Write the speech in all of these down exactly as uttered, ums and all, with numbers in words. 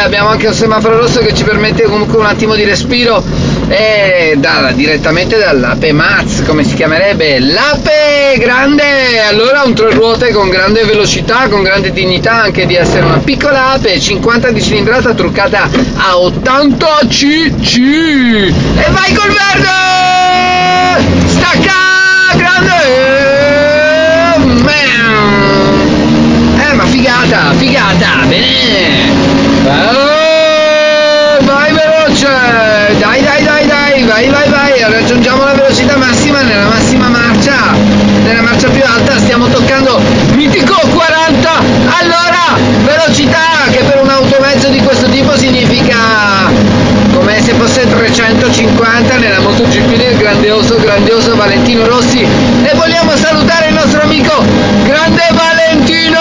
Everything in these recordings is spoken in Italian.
abbiamo anche un semaforo rosso che ci permette comunque un attimo di respiro, e da, direttamente dall'Ape Maz, come si chiamerebbe, l'Ape grande. Allora un tre ruote con grande velocità, con grande dignità anche di essere una piccola Ape, cinquanta di cilindrata truccata a ottanta cc, e vai col verde, stacca, grande, eh ma figata, figata, bene, oh, vai veloce, dai dai dai dai, vai vai vai, raggiungiamo la velocità massima nella massima marcia, nella marcia più alta, stiamo toccando mitico quaranta, allora velocità che per un automezzo di questo tipo significa come se fosse trecentocinquanta nella MotoGP del grandioso, grandioso Valentino Rossi. E vogliamo salutare il nostro amico grande Valentino.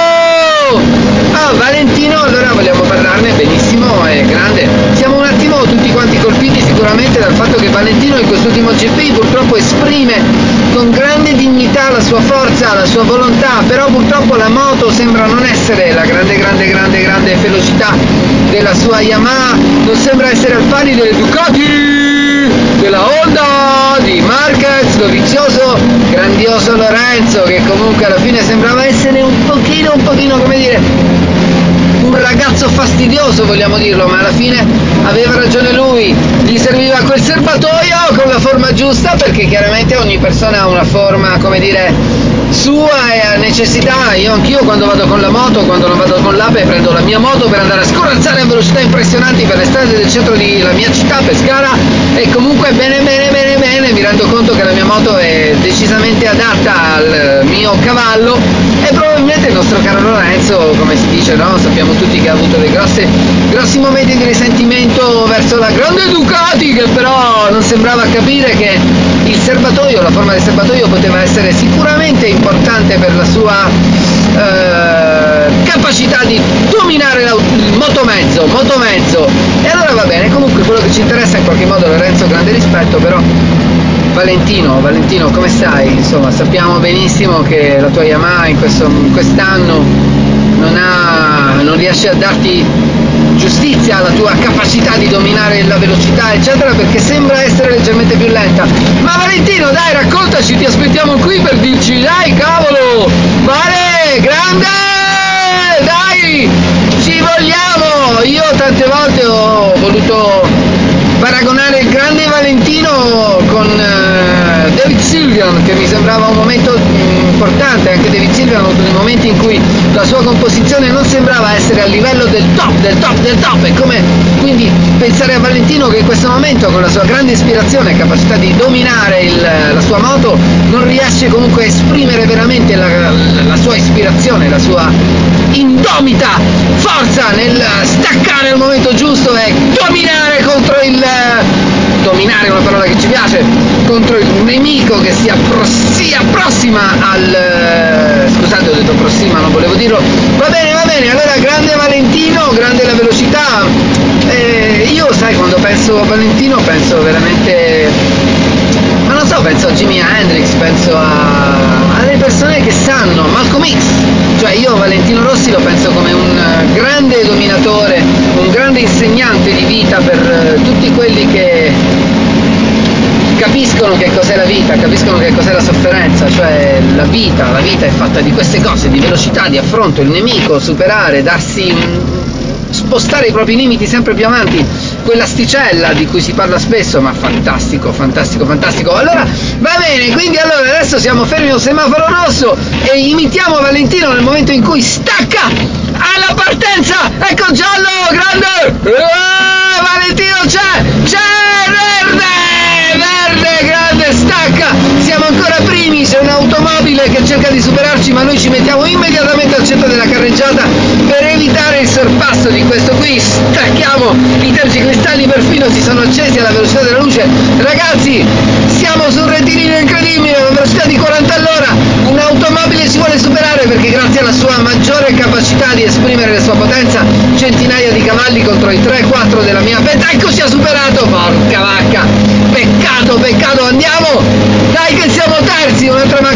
Ah, Valentino, allora vogliamo parlarne benissimo, è grande. Siamo un attimo tutti quanti colpiti sicuramente dal fatto che Valentino in quest'ultimo G P purtroppo esprime con grande dignità la sua forza, la sua volontà, però purtroppo la moto sembra non essere la grande, grande, grande, grande velocità della sua Yamaha, non sembra essere al pari delle Ducati, della Honda, di Marquez, Dovizioso, grandioso Lorenzo, che comunque alla fine sembrava essere un pochino, un pochino, come dire, un ragazzo fastidioso, vogliamo dirlo, ma alla fine aveva ragione lui, gli serviva quel serbatoio con la forma giusta, perché chiaramente ogni persona ha una forma, come dire, sua e ha necessità. Io anch'io quando vado con la moto, quando non vado con l'Ape, prendo la mia moto per andare a scorazzare a velocità impressionanti per le strade del centro della mia città, Pescara, e comunque bene bene bene bene mi rendo conto che la mia moto è decisamente adatta al mio cavallo, e probabilmente il nostro caro Lorenzo, come si dice, no? Sappiamo tutti che ha avuto dei grossi, grossi momenti di risentimento verso la grande Ducati, che però non sembrava capire che il serbatoio, la forma del serbatoio poteva essere sicuramente importante per la sua eh, capacità di dominare il motomezzo, motomezzo. E allora va bene, comunque quello che ci interessa in qualche modo, Lorenzo, grande rispetto, però Valentino, Valentino, come stai? Insomma, sappiamo benissimo che la tua Yamaha in, questo, in quest'anno non, ha, non riesce a darti giustizia alla tua capacità di dominare la velocità, eccetera, perché sembra essere leggermente più lenta. Ma Valentino, dai, raccontaci, ti aspettiamo qui per dirci, dai, cavolo, vale, grande, dai, ci vogliamo. Io tante volte ho voluto paragonare il grande Valentino con uh, David Sylvian, che mi sembrava un momento mh, importante. Anche David Sylvian ha avuto dei momenti in cui la sua composizione non sembrava essere a livello del top, del top, del top, e come quindi pensare a Valentino che in questo momento, con la sua grande ispirazione e capacità di dominare il, la sua moto, non riesce comunque a esprimere veramente la, la, la sua ispirazione, la sua indomita forza nel staccare al momento giusto e dominare contro il dominare è una parola che ci piace, contro il nemico che si, appro- si approssima al scusate, ho detto prossima, non volevo dirlo. Va bene, va bene, allora grande Valentino, grande la velocità. Eh, io sai, quando penso a Valentino penso veramente, ma non so, penso a Jimi Hendrix, penso a, a delle persone che sanno, Malcolm X. Cioè io Valentino Rossi lo penso come un grande dominatore, un grande insegnante di vita per tutti quelli che capiscono che cos'è la vita, capiscono che cos'è la sofferenza. Cioè la vita, la vita è fatta di queste cose, di velocità, di affronto, il nemico, superare, darsi, spostare i propri limiti sempre più avanti, quell'asticella di cui si parla spesso, ma fantastico, fantastico, fantastico. Allora, va bene, quindi allora adesso siamo fermi al semaforo rosso e imitiamo Valentino nel momento in cui stacca alla partenza. Ecco giallo, grande, uh, Valentino c'è, c'è, verde, verde, grande, stacca. Siamo ancora primi, c'è un'automobile che cerca di superarci, ma noi ci mettiamo immediatamente al centro della carreggiata per evitare il sorpasso di questo qui. Stacchiamo, i tergicristalli perfino si sono accesi alla velocità della luce. Ragazzi, siamo su un rettilineo incredibile, a una velocità di quaranta all'ora. Un'automobile ci vuole superare perché grazie alla sua maggiore capacità di esprimere la sua potenza, centinaia di cavalli contro i tre quattro della mia Penta. Ecco, ci ha superato, porca vacca, peccato, peccato, andiamo, dai che siamo terzi, un'altra macchina si supera.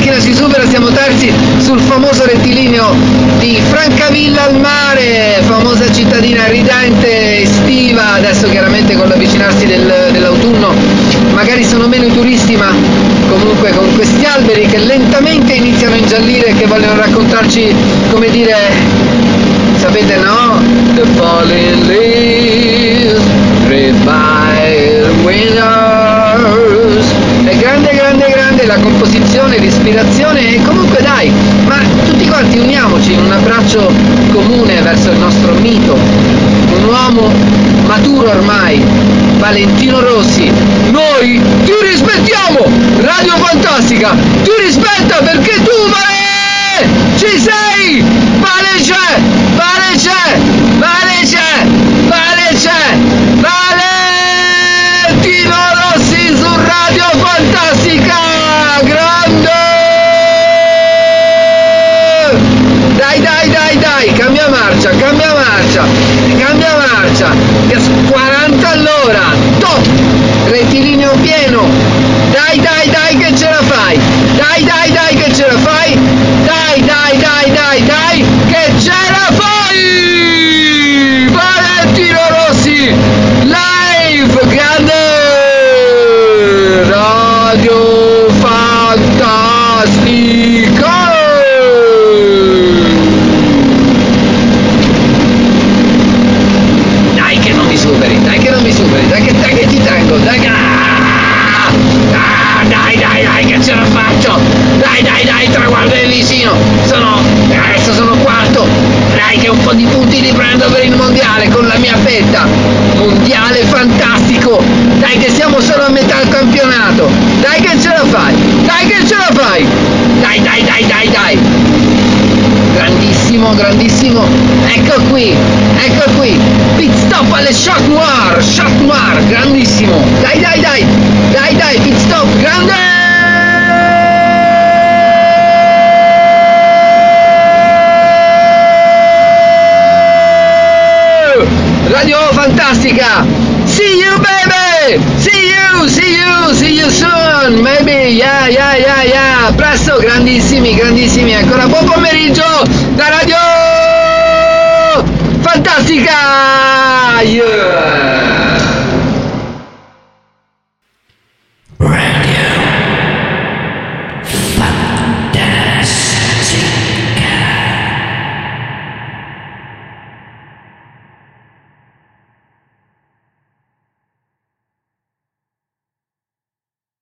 supera, siamo terzi sul famoso rettilineo di Francavilla al Mare, famosa cittadina ridente, estiva. Adesso chiaramente con l'avvicinarsi del, dell'autunno magari sono meno i turisti, ma comunque con questi alberi che lentamente iniziano a ingiallire e che vogliono raccontarci, come dire, sapete, no? The falling leaves drift by the windows. È grande, grande, grande la composizione, l'ispirazione, e comunque dai, ma tutti quanti uniamoci in un abbraccio comune verso il nostro mito, un uomo maturo ormai, Valentino Rossi. Noi ti rispettiamo, Radio Fantastica ti rispetta perché tu, Vale, ci sei, Vale c'è, Vale c'è, Vale c'è, Vale c'è, Valentino Rossi su Radio Fantastica, grande! Dai, dai, dai, dai, cambia marcia, cambia marcia, cambia marcia, quaranta all'ora, top, rettilineo pieno, dai, dai, dai che ce la fai, dai, dai, dai che ce la fai, dai, dai, dai, dai, dai, che ce la fai, Valentino Rossi, live, grande, Radio Fantastica. Dai che non mi superi, dai che non mi superi, dai che, dai che ti tengo, dai che... Ah, ah, dai, dai, dai che ce la faccio, dai, dai, dai, traguardo è vicino, sono, adesso sono quarto, dai che un po' di punti li prendo per il mondiale con la mia fetta, mondiale fantastico, dai che siamo solo a metà campionato, dai che ce la fai, dai che ce la fai, dai, dai, dai, dai, dai, grandissimo, grandissimo, ecco qui, ecco qui, pit stop alle Chat Noir, Chat Noir, grandissimo, dai, dai, dai, dai, dai, pit stop, grande! Radio Fantastica, see you baby, see you, see you, see you soon, maybe, yeah, yeah, yeah, yeah, presto, grandissimi, grandissimi, ancora buon pomeriggio